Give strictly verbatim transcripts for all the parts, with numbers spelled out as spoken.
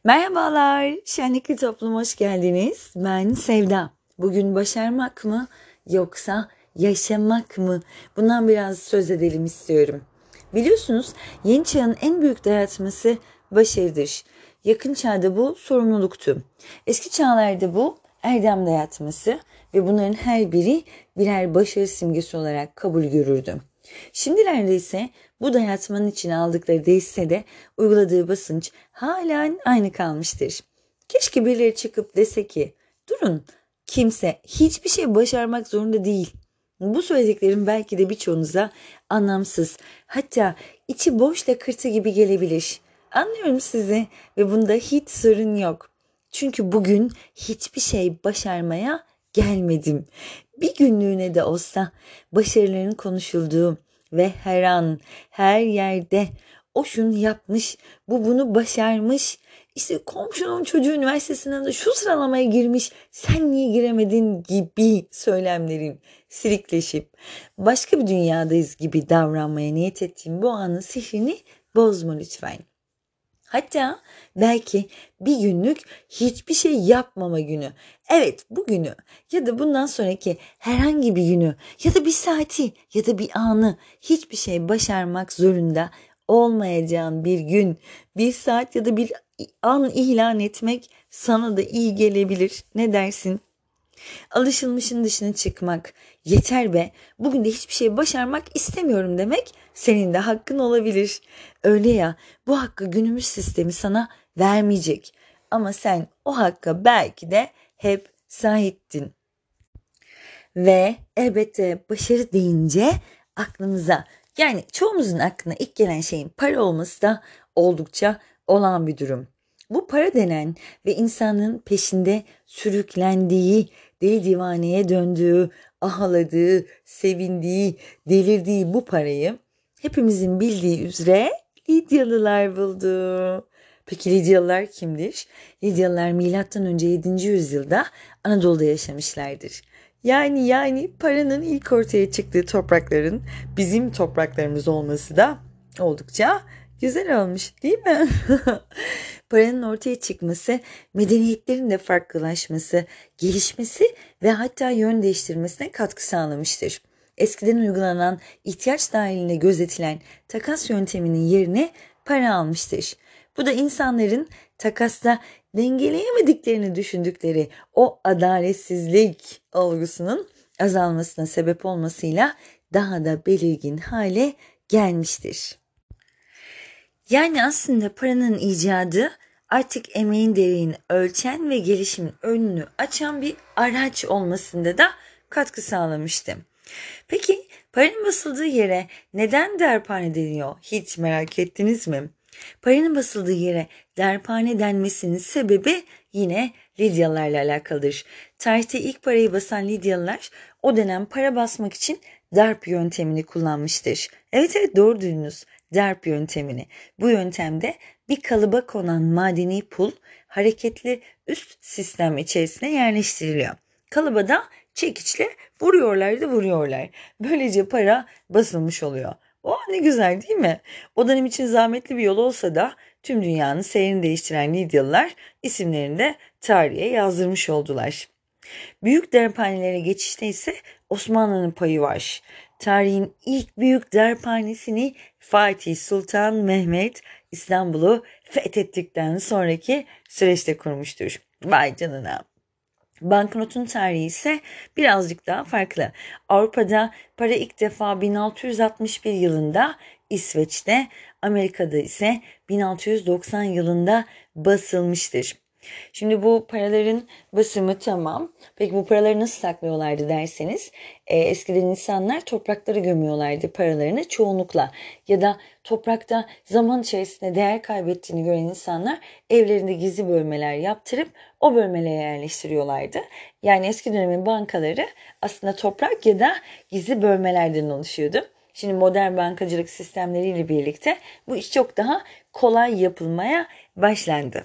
Merhabalar, Şenlikli Toplum hoş geldiniz. Ben Sevda. Bugün başarmak mı yoksa yaşamak mı? Bundan biraz söz edelim istiyorum. Biliyorsunuz yeni çağın en büyük dayatması başarıdır. Yakın çağda bu sorumluluktu. Eski çağlarda bu erdem dayatması ve bunların her biri birer başarı simgesi olarak kabul görürdü. Şimdilerde ise bu dayatmanın içine aldıkları değişse de uyguladığı basınç halen aynı kalmıştır. Keşke birileri çıkıp dese ki durun, kimse hiçbir şey başarmak zorunda değil. Bu söylediklerim belki de birçoğunuza anlamsız, hatta içi boş lakırtı gibi gelebilir. Anlıyorum sizi ve bunda hiç sorun yok. Çünkü bugün hiçbir şey başarmaya gelmedim. Bir günlüğüne de olsa başarıların konuşulduğu ve her an, her yerde o şunu yapmış, bu bunu başarmış, işte komşunun çocuğu üniversite sınavında şu sıralamaya girmiş, sen niye giremedin gibi söylemlerin sirikleşip başka bir dünyadayız gibi davranmaya niyet ettiğim bu anın sihrini bozma lütfen. Hatta belki bir günlük hiçbir şey yapmama günü. Evet, bu günü ya da bundan sonraki herhangi bir günü ya da bir saati ya da bir anı hiçbir şey başarmak zorunda olmayacağın bir gün, bir saat ya da bir an ilan etmek sana da iyi gelebilir. Ne dersin? Alışılmışın dışına çıkmak, yeter be, bugün de hiçbir şey başarmak istemiyorum demek senin de hakkın olabilir. Öyle ya, bu hakkı günümüz sistemi sana vermeyecek. Ama sen o hakka belki de hep sahiptin. Ve elbette başarı deyince aklımıza, yani çoğumuzun aklına ilk gelen şeyin para olması da oldukça olağan bir durum. Bu para denen ve insanın peşinde sürüklendiği, deli divaneye döndüğü, ahaladığı, sevindiği, delirdiği bu parayı hepimizin bildiği üzere Lidyalılar buldu. Peki Lidyalılar kimdir? Lidyalılar milattan önce yedinci yüzyılda Anadolu'da yaşamışlardır. Yani yani paranın ilk ortaya çıktığı toprakların bizim topraklarımız olması da oldukça güzel olmuş, değil mi? Paranın ortaya çıkması, medeniyetlerin de farklılaşması, gelişmesi ve hatta yön değiştirmesine katkı sağlamıştır. Eskiden uygulanan ihtiyaç dahilinde gözetilen takas yönteminin yerine para almıştır. Bu da insanların takasta dengeleyemediklerini düşündükleri o adaletsizlik olgusunun azalmasına sebep olmasıyla daha da belirgin hale gelmiştir. Yani aslında paranın icadı artık emeğin değerini ölçen ve gelişimin önünü açan bir araç olmasında da katkı sağlamıştı. Peki paranın basıldığı yere neden darphane deniyor? Hiç merak ettiniz mi? Paranın basıldığı yere darphane denmesinin sebebi yine Lidyalılarla alakalıdır. Tarihte ilk parayı basan Lidyalılar o dönem para basmak için darp yöntemini kullanmıştır. Evet evet, doğru duydunuz. Darp yöntemini. Bu yöntemde bir kalıba konan madeni pul hareketli üst sistem içerisine yerleştiriliyor. Kalıba da çekiçle vuruyorlar da vuruyorlar. Böylece para basılmış oluyor. O ne güzel değil mi? O dönem için zahmetli bir yol olsa da tüm dünyanın seyrini değiştiren Lidyalılar isimlerini de tarihe yazdırmış oldular. Büyük darphanelere geçişte ise Osmanlı'nın payı var. Tarihin ilk büyük darphanesini Fatih Sultan Mehmet İstanbul'u fethettikten sonraki süreçte kurmuştur. Vay canına. Banknotun tarihi ise birazcık daha farklı. Avrupa'da para ilk defa bin altı yüz altmış bir yılında İsveç'te, Amerika'da ise bin altı yüz doksan yılında basılmıştır. Şimdi bu paraların basımı tamam. Peki bu paraları nasıl saklıyorlardı derseniz, e, eskiden insanlar toprakları gömüyorlardı paralarını çoğunlukla. Ya da toprakta zaman içerisinde değer kaybettiğini gören insanlar evlerinde gizli bölmeler yaptırıp o bölmelere yerleştiriyorlardı. Yani eski dönemin bankaları aslında toprak ya da gizli bölmelerden oluşuyordu. Şimdi modern bankacılık sistemleriyle birlikte bu iş çok daha kolay yapılmaya başlandı.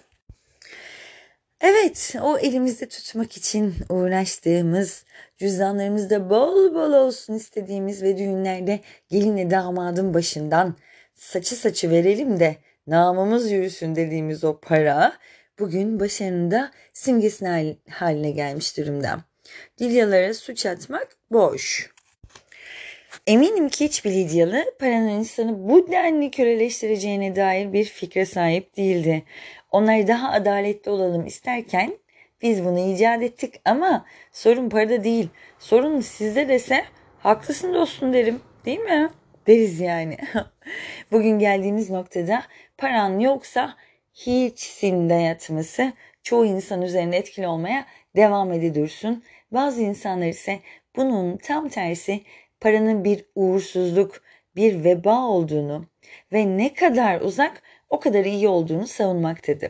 Evet, o elimizde tutmak için uğraştığımız, cüzdanlarımızda bol bol olsun istediğimiz ve düğünlerde gelinle damadın başından saçı saçı verelim de namımız yürüsün dediğimiz o para bugün başarının da simgesine haline gelmiş durumda. Lidyalara suç atmak boş. Eminim ki hiçbir Lidyalı paranın insanı bu denli köleleştireceğine dair bir fikre sahip değildi. Onlar daha adaletli olalım isterken biz bunu icat ettik ama sorun parada değil. Sorun sizde dese haklısın dostum derim, değil mi? Deriz yani. Bugün geldiğimiz noktada paran yoksa hiçsin dayatması çoğu insan üzerinde etkili olmaya devam ede dursun. Bazı insanlar ise bunun tam tersi paranın bir uğursuzluk, bir veba olduğunu ve ne kadar uzak o kadar iyi olduğunu savunmaktadır.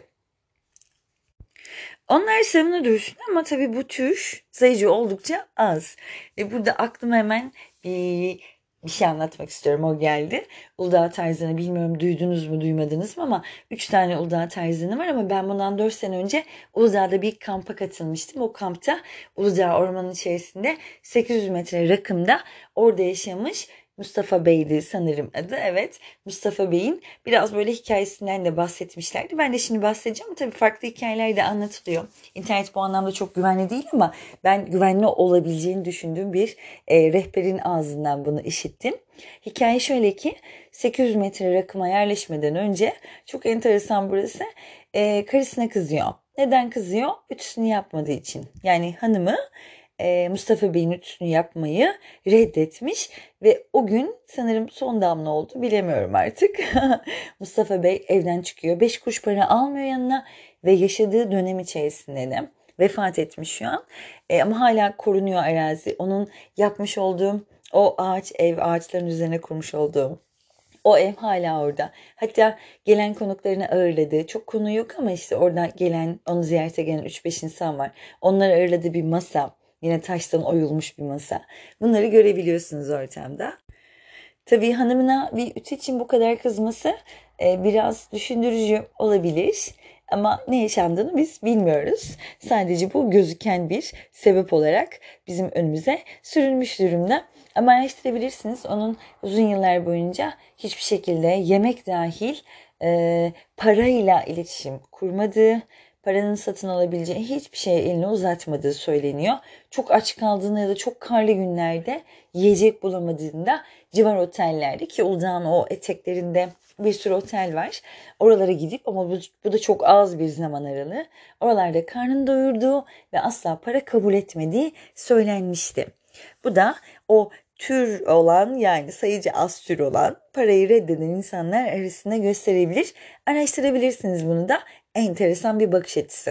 Onlar savunur dursun ama tabii bu tür sayıcı oldukça az. Ve burada aklıma hemen bir, bir şey anlatmak istiyorum. O geldi. Uludağ tarzını bilmiyorum duydunuz mu duymadınız mı ama üç tane Uludağ tarzını var ama ben bundan dört sene önce Uludağ'da bir kampa katılmıştım. O kampta Uludağ ormanın içerisinde sekiz yüz metre rakımda orada yaşamış Mustafa Bey'di sanırım adı. Evet, Mustafa Bey'in biraz böyle hikayesinden de bahsetmişlerdi. Ben de şimdi bahsedeceğim. Tabii farklı hikayeler de anlatılıyor. İnternet bu anlamda çok güvenli değil ama ben güvenli olabileceğini düşündüğüm bir e, rehberin ağzından bunu işittim. Hikaye şöyle ki sekiz yüz metre rakıma yerleşmeden önce çok enteresan burası. E, karısına kızıyor. Neden kızıyor? Ütüsünü yapmadığı için. Yani hanımı Mustafa Bey'in ütüsünü yapmayı reddetmiş ve o gün sanırım son damla oldu bilemiyorum artık. Mustafa Bey evden çıkıyor. Beş kuruş para almıyor yanına ve yaşadığı dönem içerisinde de vefat etmiş şu an. E, ama hala korunuyor arazi. Onun yapmış olduğum o ağaç ev, ağaçların üzerine kurmuş olduğum o ev hala orada. Hatta gelen konuklarını ağırladı. Çok konu yok ama işte orada gelen, onu ziyarete gelen üç beş insan var. Onları ağırladığı bir masa. Yine taştan oyulmuş bir masa. Bunları görebiliyorsunuz ortamda. Tabii hanımına bir ütü için bu kadar kızması e, biraz düşündürücü olabilir. Ama ne yaşandığını biz bilmiyoruz. Sadece bu gözüken bir sebep olarak bizim önümüze sürülmüş durumda. Ama araştırabilirsiniz. Onun uzun yıllar boyunca hiçbir şekilde yemek dahil e, parayla iletişim kurmadığı, paranın satın alabileceği hiçbir şeye elini uzatmadığı söyleniyor. Çok aç kaldığında ya da çok karlı günlerde yiyecek bulamadığında civar otellerde ki Uludağ'ın o eteklerinde bir sürü otel var. Oralara gidip ama bu, bu da çok az bir zaman aralığı. Oralarda karnını doyurduğu ve asla para kabul etmediği söylenmişti. Bu da o tür olan yani sayıca az tür olan parayı reddeden insanlar arasında gösterebilir. Araştırabilirsiniz bunu da. Enteresan bir bakış açısı.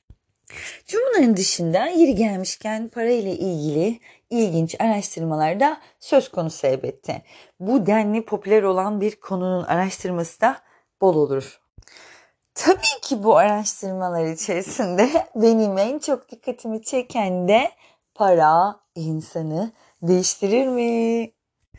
Tüm bunların dışında yeri gelmişken parayla ilgili ilginç araştırmalar da söz konusu elbette. Bu denli popüler olan bir konunun araştırması da bol olur. Tabii ki bu araştırmalar içerisinde benim en çok dikkatimi çeken de para insanı değiştirir mi?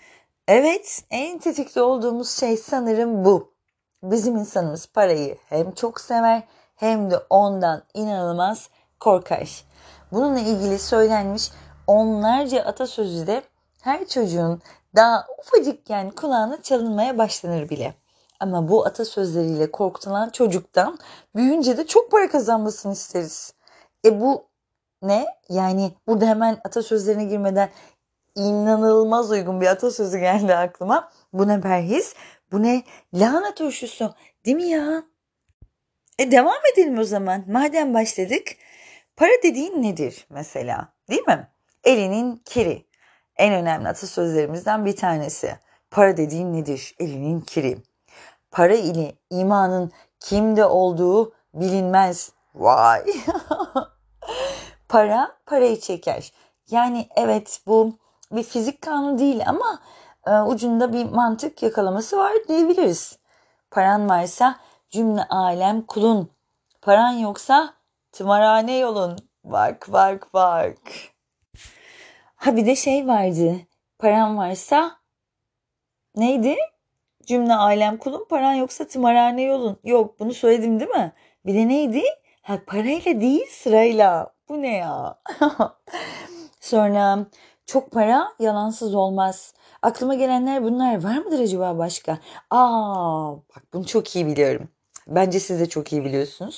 Evet, en tetikte olduğumuz şey sanırım bu. Bizim insanımız parayı hem çok sever hem de ondan inanılmaz korkar. Bununla ilgili söylenmiş onlarca atasözü de her çocuğun daha ufacıkken kulağına çalınmaya başlanır bile. Ama bu atasözleriyle korkutulan çocuktan büyüyünce de çok para kazanmasını isteriz. E bu ne? Yani burada hemen atasözlerine girmeden inanılmaz uygun bir atasözü geldi aklıma. Bu ne perhiz? Bu ne lahana turşusu? Değil mi ya? E devam edelim o zaman. Madem başladık. Para dediğin nedir mesela? Değil mi? Elinin kiri. En önemli atasözlerimizden bir tanesi. Para dediğin nedir? Elinin kiri. Para ile imanın kimde olduğu bilinmez. Vay. Para parayı çeker. Yani evet bu bir fizik kanunu değil ama e, ucunda bir mantık yakalaması var diyebiliriz. Paran varsa cümle alem kulun. Paran yoksa tımarhane yolun. Bak bak bak. Ha bir de şey vardı. Paran varsa neydi? Cümle alem kulun, paran yoksa tımarhane yolun. Yok bunu söyledim değil mi? Bir de neydi? Ha parayla değil sırayla. Bu ne ya? Sonra çok para yalansız olmaz. Aklıma gelenler bunlar. Var mıdır acaba başka? Aa bak bunu çok iyi biliyorum. Bence siz de çok iyi biliyorsunuz.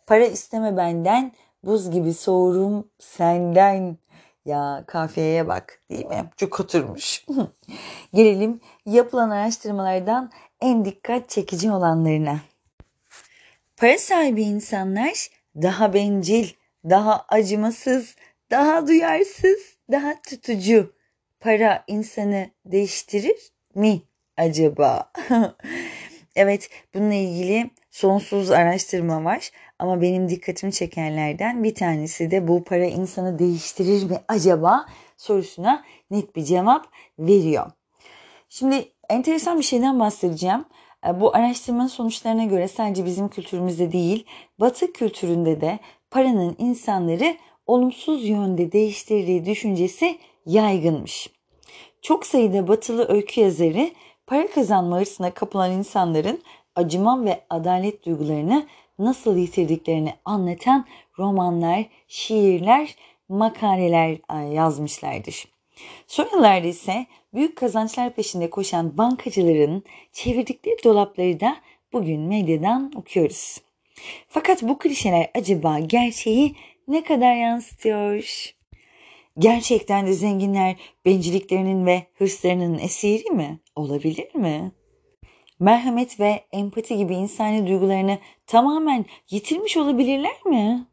Para isteme benden, buz gibi soğurum senden. Ya kafiyeye bak, değil mi? Çok oturmuş. Gelelim yapılan araştırmalardan en dikkat çekici olanlarına. Para sahibi insanlar daha bencil, daha acımasız, daha duyarsız, daha tutucu. Para insanı değiştirir mi acaba? Evet, bununla ilgili sonsuz araştırma var ama benim dikkatimi çekenlerden bir tanesi de bu para insanı değiştirir mi acaba sorusuna net bir cevap veriyor. Şimdi enteresan bir şeyden bahsedeceğim. Bu araştırmanın sonuçlarına göre sadece bizim kültürümüzde değil, Batı kültüründe de paranın insanları olumsuz yönde değiştirdiği düşüncesi yaygınmış. Çok sayıda Batılı öykü yazarı para kazanma hırsına kapılan insanların acıma ve adalet duygularını nasıl yitirdiklerini anlatan romanlar, şiirler, makaleler yazmışlardır. Son yıllarda ise büyük kazançlar peşinde koşan bankacıların çevirdikleri dolapları da bugün medyadan okuyoruz. Fakat bu klişeler acaba gerçeği ne kadar yansıtıyor? Gerçekten de zenginler bencilliklerinin ve hırslarının esiri mi? Olabilir mi? Merhamet ve empati gibi insani duygularını tamamen yitirmiş olabilirler mi?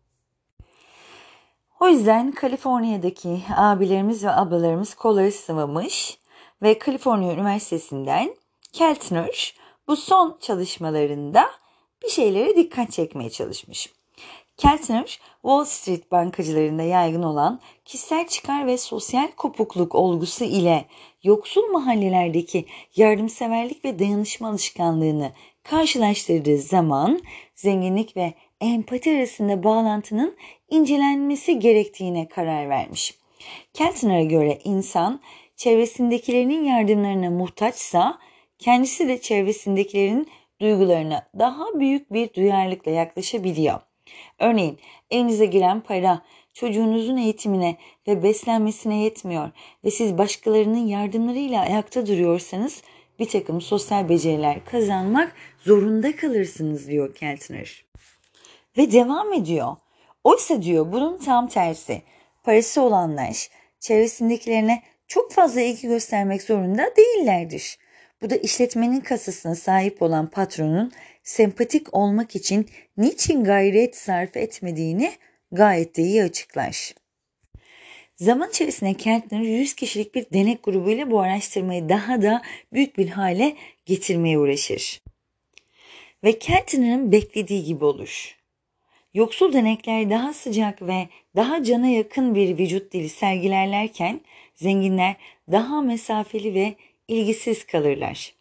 O yüzden Kaliforniya'daki abilerimiz ve ablalarımız kolları sıvamış ve Kaliforniya Üniversitesi'nden Keltner bu son çalışmalarında bir şeylere dikkat çekmeye çalışmış. Keltner, Wall Street bankacılarında yaygın olan kişisel çıkar ve sosyal kopukluk olgusu ile yoksul mahallelerdeki yardımseverlik ve dayanışma alışkanlığını karşılaştırdığı zaman zenginlik ve empati arasında bağlantının incelenmesi gerektiğine karar vermiş. Keltner'a göre insan çevresindekilerinin yardımlarına muhtaçsa kendisi de çevresindekilerin duygularına daha büyük bir duyarlılıkla yaklaşabiliyor. Örneğin elinize giren para çocuğunuzun eğitimine ve beslenmesine yetmiyor ve siz başkalarının yardımlarıyla ayakta duruyorsanız bir takım sosyal beceriler kazanmak zorunda kalırsınız diyor Keltner. Ve devam ediyor. Oysa diyor bunun tam tersi. Parası olanlar çevresindekilerine çok fazla ilgi göstermek zorunda değillerdir. Bu da işletmenin kasasına sahip olan patronun sempatik olmak için niçin gayret sarf etmediğini gayet de iyi açıklar. Zaman içerisinde Keltner yüz kişilik bir denek grubuyla bu araştırmayı daha da büyük bir hale getirmeye uğraşır. Ve Keltner'ın beklediği gibi olur. Yoksul denekler daha sıcak ve daha cana yakın bir vücut dili sergilerlerken zenginler daha mesafeli ve ilgisiz kalırlar.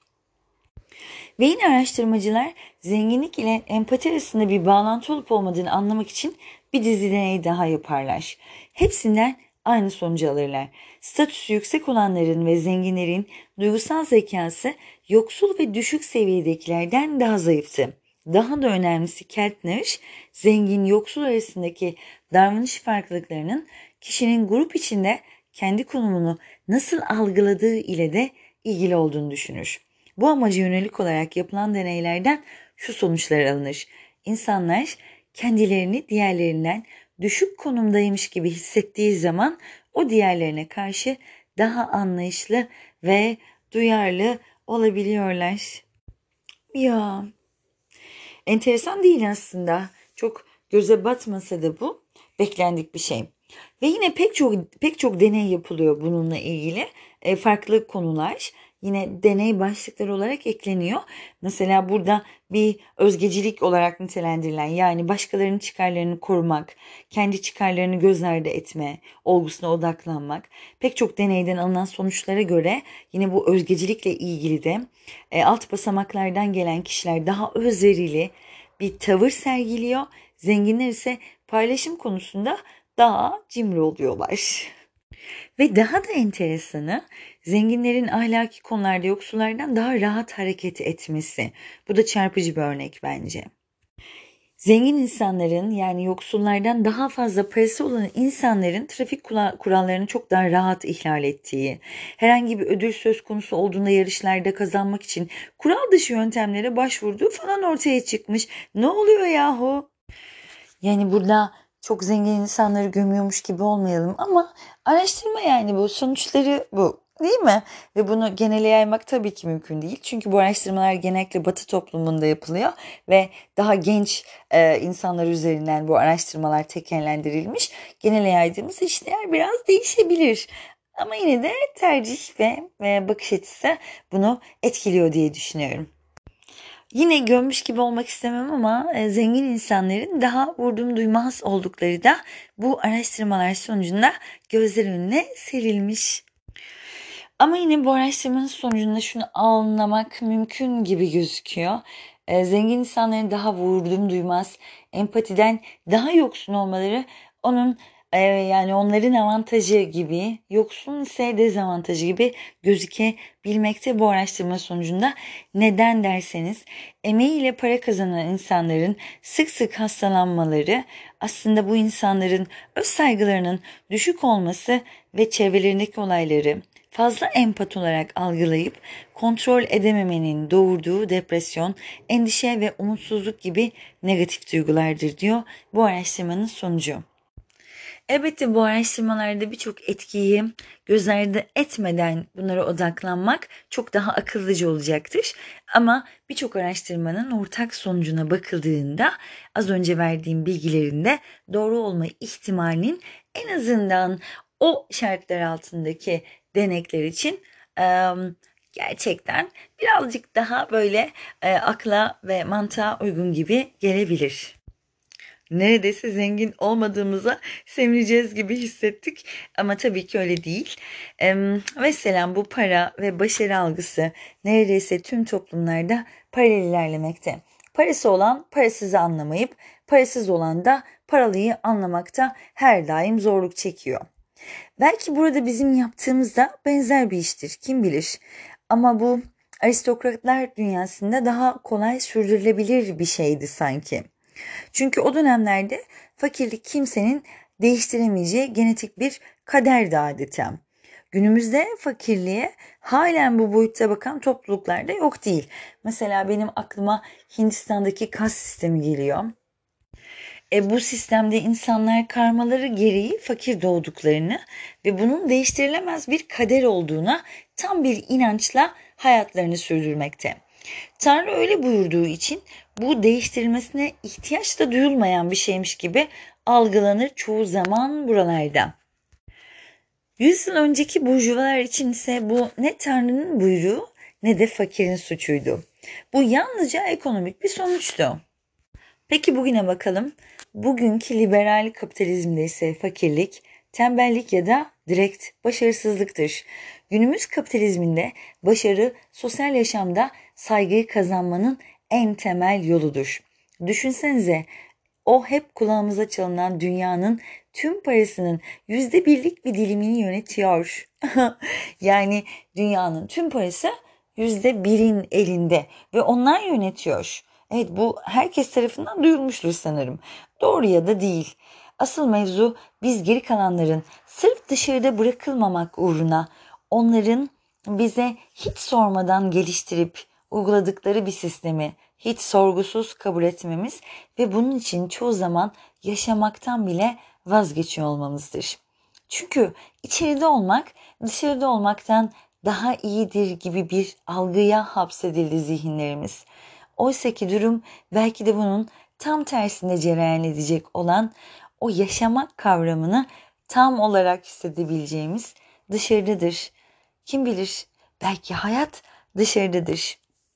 Ve yine araştırmacılar zenginlik ile empati arasında bir bağlantı olup olmadığını anlamak için bir dizi deney daha yaparlar. Hepsinden aynı sonucu alırlar. Statüsü yüksek olanların ve zenginlerin duygusal zekası yoksul ve düşük seviyedekilerden daha zayıftı. Daha da önemlisi Keltner, zengin yoksul arasındaki davranış farklılıklarının kişinin grup içinde kendi konumunu nasıl algıladığı ile de ilgili olduğunu düşünür. Bu amaca yönelik olarak yapılan deneylerden şu sonuçlar alınır. İnsanlar kendilerini diğerlerinden düşük konumdaymış gibi hissettiği zaman o diğerlerine karşı daha anlayışlı ve duyarlı olabiliyorlar. Ya, enteresan değil aslında. Çok göze batmasa da bu beklendik bir şey. Ve yine pek çok pek çok deney yapılıyor bununla ilgili. E, farklı konular yine deney başlıkları olarak ekleniyor. Mesela burada bir özgecilik olarak nitelendirilen, yani başkalarının çıkarlarını korumak, kendi çıkarlarını göz ardı etme olgusuna odaklanmak. Pek çok deneyden alınan sonuçlara göre yine bu özgecilikle ilgili de e, alt basamaklardan gelen kişiler daha özverili bir tavır sergiliyor. Zenginler ise paylaşım konusunda daha cimri oluyorlar. Ve daha da enteresanı, zenginlerin ahlaki konularda yoksullardan daha rahat hareket etmesi. Bu da çarpıcı bir örnek bence. Zengin insanların, yani yoksullardan daha fazla parası olan insanların trafik kurallarını çok daha rahat ihlal ettiği, herhangi bir ödül söz konusu olduğunda yarışlarda kazanmak için kural dışı yöntemlere başvurduğu falan ortaya çıkmış. Ne oluyor yahu? Yani burada çok zengin insanları gömüyormuş gibi olmayalım ama araştırma, yani bu sonuçları bu, değil mi? Ve bunu genele yaymak tabii ki mümkün değil. Çünkü bu araştırmalar genellikle Batı toplumunda yapılıyor ve daha genç e, insanlar üzerinden bu araştırmalar tekellendirilmiş. Genele yaydığımız işler biraz değişebilir. Ama yine de tercih ve e, bakış açısı bunu etkiliyor diye düşünüyorum. Yine görmüş gibi olmak istemem ama e, zengin insanların daha vurdum duymaz oldukları da bu araştırmalar sonucunda gözler önüne serilmiş. Ama yine bu araştırmanın sonucunda şunu anlamak mümkün gibi gözüküyor. E, zengin insanların daha vurdum duymaz, empatiden daha yoksun olmaları onun e, yani onların avantajı gibi, yoksun ise dezavantajı gibi gözükebilmekte bu araştırma sonucunda. Neden derseniz, emeğiyle para kazanan insanların sık sık hastalanmaları aslında bu insanların öz saygılarının düşük olması ve çevrelerindeki olayları fazla empat olarak algılayıp kontrol edememenin doğurduğu depresyon, endişe ve umutsuzluk gibi negatif duygulardır diyor bu araştırmanın sonucu. Elbette bu araştırmalarda birçok etkiyi göz ardı etmeden bunlara odaklanmak çok daha akıllıca olacaktır. Ama birçok araştırmanın ortak sonucuna bakıldığında az önce verdiğim bilgilerin de doğru olma ihtimalinin en azından o şartlar altındaki denekler için e, gerçekten birazcık daha böyle e, akla ve mantığa uygun gibi gelebilir. Neredeyse zengin olmadığımıza sevineceğiz gibi hissettik ama tabii ki öyle değil. Ee, mesela bu para ve başarı algısı neredeyse tüm toplumlarda paralel ilerlemekte. Parası olan parasızı anlamayıp parasız olan da paralıyı anlamakta her daim zorluk çekiyor. Belki burada bizim yaptığımız da benzer bir iştir, kim bilir. Ama bu aristokratlar dünyasında daha kolay sürdürülebilir bir şeydi sanki. Çünkü o dönemlerde fakirlik kimsenin değiştiremeyeceği genetik bir kaderdi adeta. Günümüzde fakirliğe halen bu boyutta bakan topluluklarda yok değil. Mesela benim aklıma Hindistan'daki kas sistemi geliyor. E, bu sistemde insanlar karmaları gereği fakir doğduklarını ve bunun değiştirilemez bir kader olduğuna tam bir inançla hayatlarını sürdürmekte. Tanrı öyle buyurduğu için bu değiştirilmesine ihtiyaç da duyulmayan bir şeymiş gibi algılanır çoğu zaman buralarda. Yüz yıl önceki burjuvalar için ise bu ne Tanrı'nın buyruğu ne de fakirin suçuydu. Bu yalnızca ekonomik bir sonuçtu. Peki bugüne bakalım. Bugünkü liberal kapitalizmde ise fakirlik, tembellik ya da direkt başarısızlıktır. Günümüz kapitalizminde başarı sosyal yaşamda saygıyı kazanmanın en temel yoludur. Düşünsenize, o hep kulağımıza çalınan dünyanın tüm parasının yüzde birlik bir dilimini yönetiyor. Yani dünyanın tüm parası yüzde birin elinde ve onlar yönetiyor. Evet, bu herkes tarafından duyulmuştur sanırım. Doğru ya da değil. Asıl mevzu biz geri kalanların sırf dışarıda bırakılmamak uğruna onların bize hiç sormadan geliştirip uyguladıkları bir sistemi hiç sorgusuz kabul etmemiz ve bunun için çoğu zaman yaşamaktan bile vazgeçiyor olmamızdır. Çünkü içeride olmak dışarıda olmaktan daha iyidir gibi bir algıya hapsedildi zihinlerimiz. Oysaki durum belki de bunun tam tersinde cereyan edecek olan o yaşamak kavramını tam olarak hissedebileceğimiz dışarıdadır. Kim bilir, belki hayat dışarıdadır.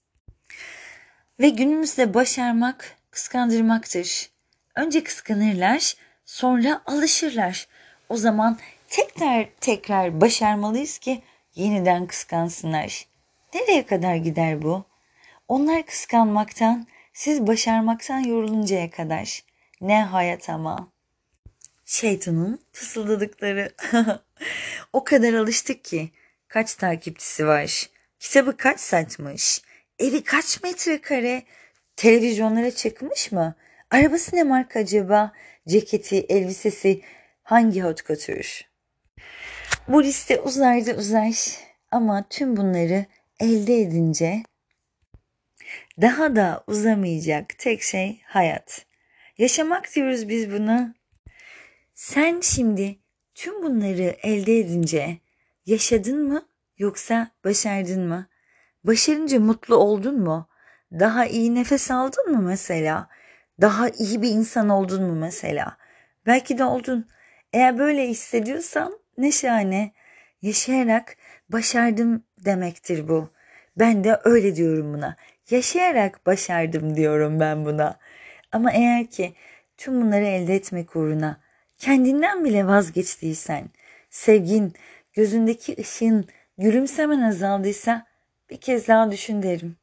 Ve günümüzde başarmak kıskandırmaktır. Önce kıskanırlar, sonra alışırlar. O zaman tekrar tekrar başarmalıyız ki yeniden kıskansınlar. Nereye kadar gider bu? Onlar kıskanmaktan, siz başarmaktan yoruluncaya kadar. Ne hayat ama. Şeytanın fısıldadıkları. O kadar alıştık ki. Kaç takipçisi var? Kitabı kaç satmış? Evi kaç metrekare? Televizyonlara çıkmış mı? Arabası ne marka acaba? Ceketi, elbisesi hangi haute couture? Bu liste uzar da uzar ama tüm bunları elde edince daha da uzamayacak tek şey hayat. Yaşamak diyoruz biz buna. Sen şimdi tüm bunları elde edince yaşadın mı yoksa başardın mı? Başarınca mutlu oldun mu? Daha iyi nefes aldın mı mesela? Daha iyi bir insan oldun mu mesela? Belki de oldun. Eğer böyle hissediyorsan ne şahane. Yaşayarak başardım demektir bu. Ben de öyle diyorum buna. Yaşayarak başardım diyorum ben buna. Ama eğer ki tüm bunları elde etmek uğruna kendinden bile vazgeçtiysen, sevgin, gözündeki ışığın, gülümsemen azaldıysa bir kez daha düşün derim.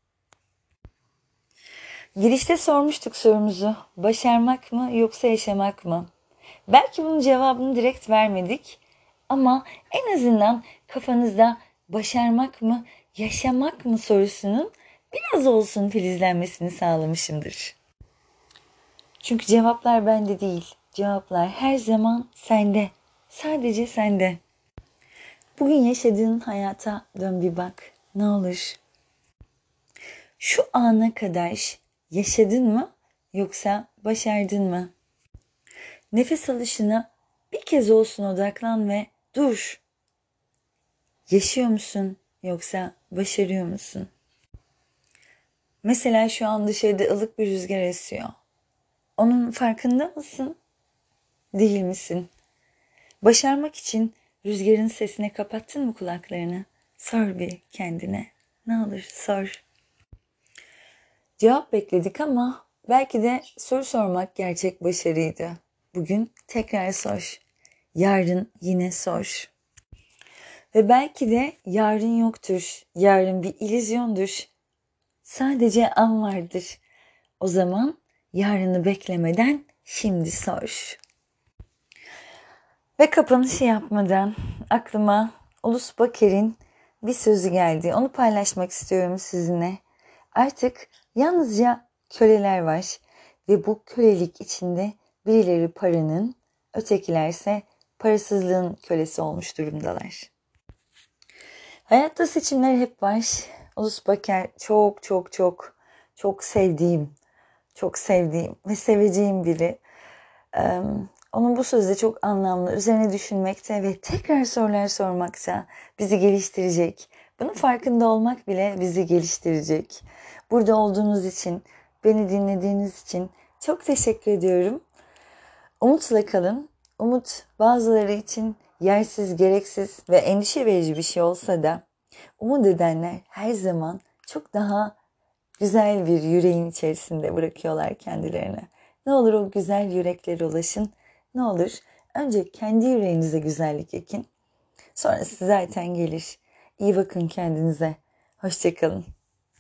Girişte sormuştuk sorumuzu. Başarmak mı yoksa yaşamak mı? Belki bunun cevabını direkt vermedik ama en azından kafanızda başarmak mı, yaşamak mı sorusunun biraz olsun filizlenmesini sağlamışımdır. Çünkü cevaplar bende değil. Cevaplar her zaman sende. Sadece sende. Bugün yaşadığın hayata dön bir bak. Ne olur. Şu ana kadar yaşadın mı yoksa başardın mı? Nefes alışına bir kez olsun odaklan ve dur. Yaşıyor musun yoksa başarıyor musun? Mesela şu an dışarıda ılık bir rüzgar esiyor. Onun farkında mısın? Değil misin? Başarmak için rüzgarın sesine kapattın mı kulaklarını? Sor bir kendine. Ne olur sor. Cevap bekledik ama belki de soru sormak gerçek başarıydı. Bugün tekrar sor. Yarın yine sor. Ve belki de yarın yoktur. Yarın bir illüzyondur. Sadece an vardır. O zaman yarını beklemeden şimdi sor. Ve kapanışı yapmadan aklıma Ulus Baker'in bir sözü geldi. Onu paylaşmak istiyorum sizinle. Artık yalnızca köleler var ve bu kölelik içinde birileri paranın, ötekilerse parasızlığın kölesi olmuş durumdalar. Hayatta seçimler hep var. Ulus Baker çok çok çok çok sevdiğim, çok sevdiğim ve seveceğim biri. Ee, onun bu sözü de çok anlamlı. Üzerine düşünmekte ve tekrar sorular sormakta bizi geliştirecek. Bunun farkında olmak bile bizi geliştirecek. Burada olduğunuz için, beni dinlediğiniz için çok teşekkür ediyorum. Umutla kalın. Umut bazıları için yersiz, gereksiz ve endişe verici bir şey olsa da umut edenler her zaman çok daha güzel bir yüreğin içerisinde bırakıyorlar kendilerini. Ne olur o güzel yüreklere ulaşın. Ne olur önce kendi yüreğinize güzellik ekin. Sonrası zaten gelir. İyi bakın kendinize. Hoşça kalın.